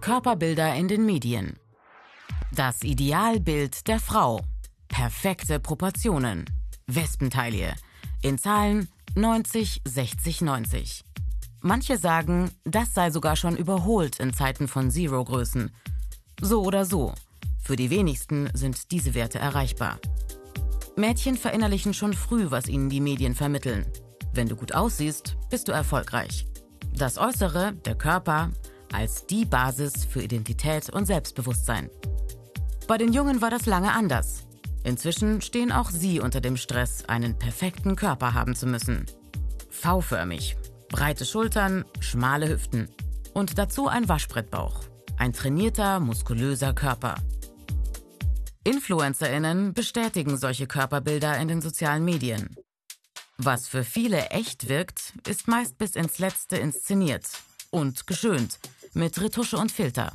Körperbilder in den Medien. Das Idealbild der Frau. Perfekte Proportionen. Wespentaille. In Zahlen 90, 60, 90. Manche sagen, das sei sogar schon überholt in Zeiten von Zero-Größen. So oder so, für die wenigsten sind diese Werte erreichbar. Mädchen verinnerlichen schon früh, was ihnen die Medien vermitteln. Wenn du gut aussiehst, bist du erfolgreich. Das Äußere, der Körper, als die Basis für Identität und Selbstbewusstsein. Bei den Jungen war das lange anders. Inzwischen stehen auch sie unter dem Stress, einen perfekten Körper haben zu müssen. V-förmig, breite Schultern, schmale Hüften und dazu ein Waschbrettbauch. Ein trainierter, muskulöser Körper. InfluencerInnen bestätigen solche Körperbilder in den sozialen Medien. Was für viele echt wirkt, ist meist bis ins Letzte inszeniert und geschönt, mit Retusche und Filter.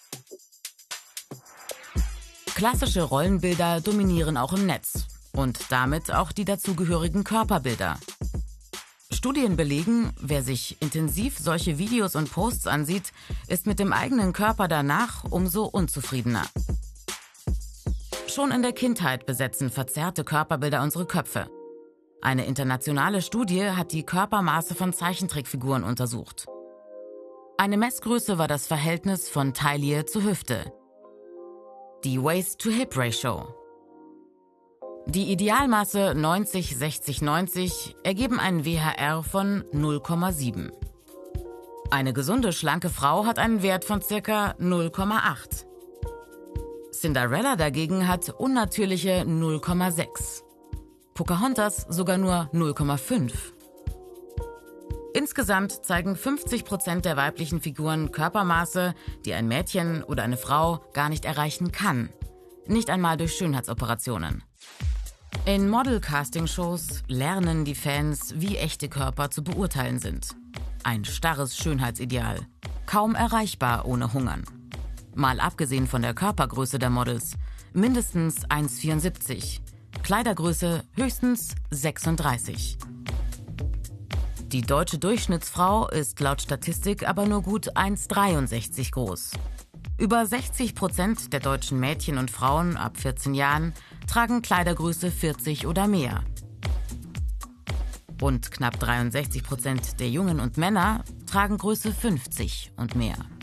Klassische Rollenbilder dominieren auch im Netz und damit auch die dazugehörigen Körperbilder. Studien belegen, wer sich intensiv solche Videos und Posts ansieht, ist mit dem eigenen Körper danach umso unzufriedener. Schon in der Kindheit besetzen verzerrte Körperbilder unsere Köpfe. Eine internationale Studie hat die Körpermaße von Zeichentrickfiguren untersucht. Eine Messgröße war das Verhältnis von Taille zu Hüfte. Die Waist-to-Hip-Ratio. Die Idealmaße 90, 60, 90 ergeben einen WHR von 0,7. Eine gesunde, schlanke Frau hat einen Wert von ca. 0,8. Cinderella dagegen hat unnatürliche 0,6. Pocahontas sogar nur 0,5. Insgesamt zeigen 50% der weiblichen Figuren Körpermaße, die ein Mädchen oder eine Frau gar nicht erreichen kann. Nicht einmal durch Schönheitsoperationen. In Model-Casting-Shows lernen die Fans, wie echte Körper zu beurteilen sind. Ein starres Schönheitsideal. Kaum erreichbar ohne Hungern. Mal abgesehen von der Körpergröße der Models. Mindestens 1,74. Kleidergröße höchstens 36. Die deutsche Durchschnittsfrau ist laut Statistik aber nur gut 1,63 groß. Über 60% der deutschen Mädchen und Frauen ab 14 Jahren tragen Kleidergröße 40 oder mehr. Und knapp 63% der Jungen und Männer tragen Größe 50 und mehr.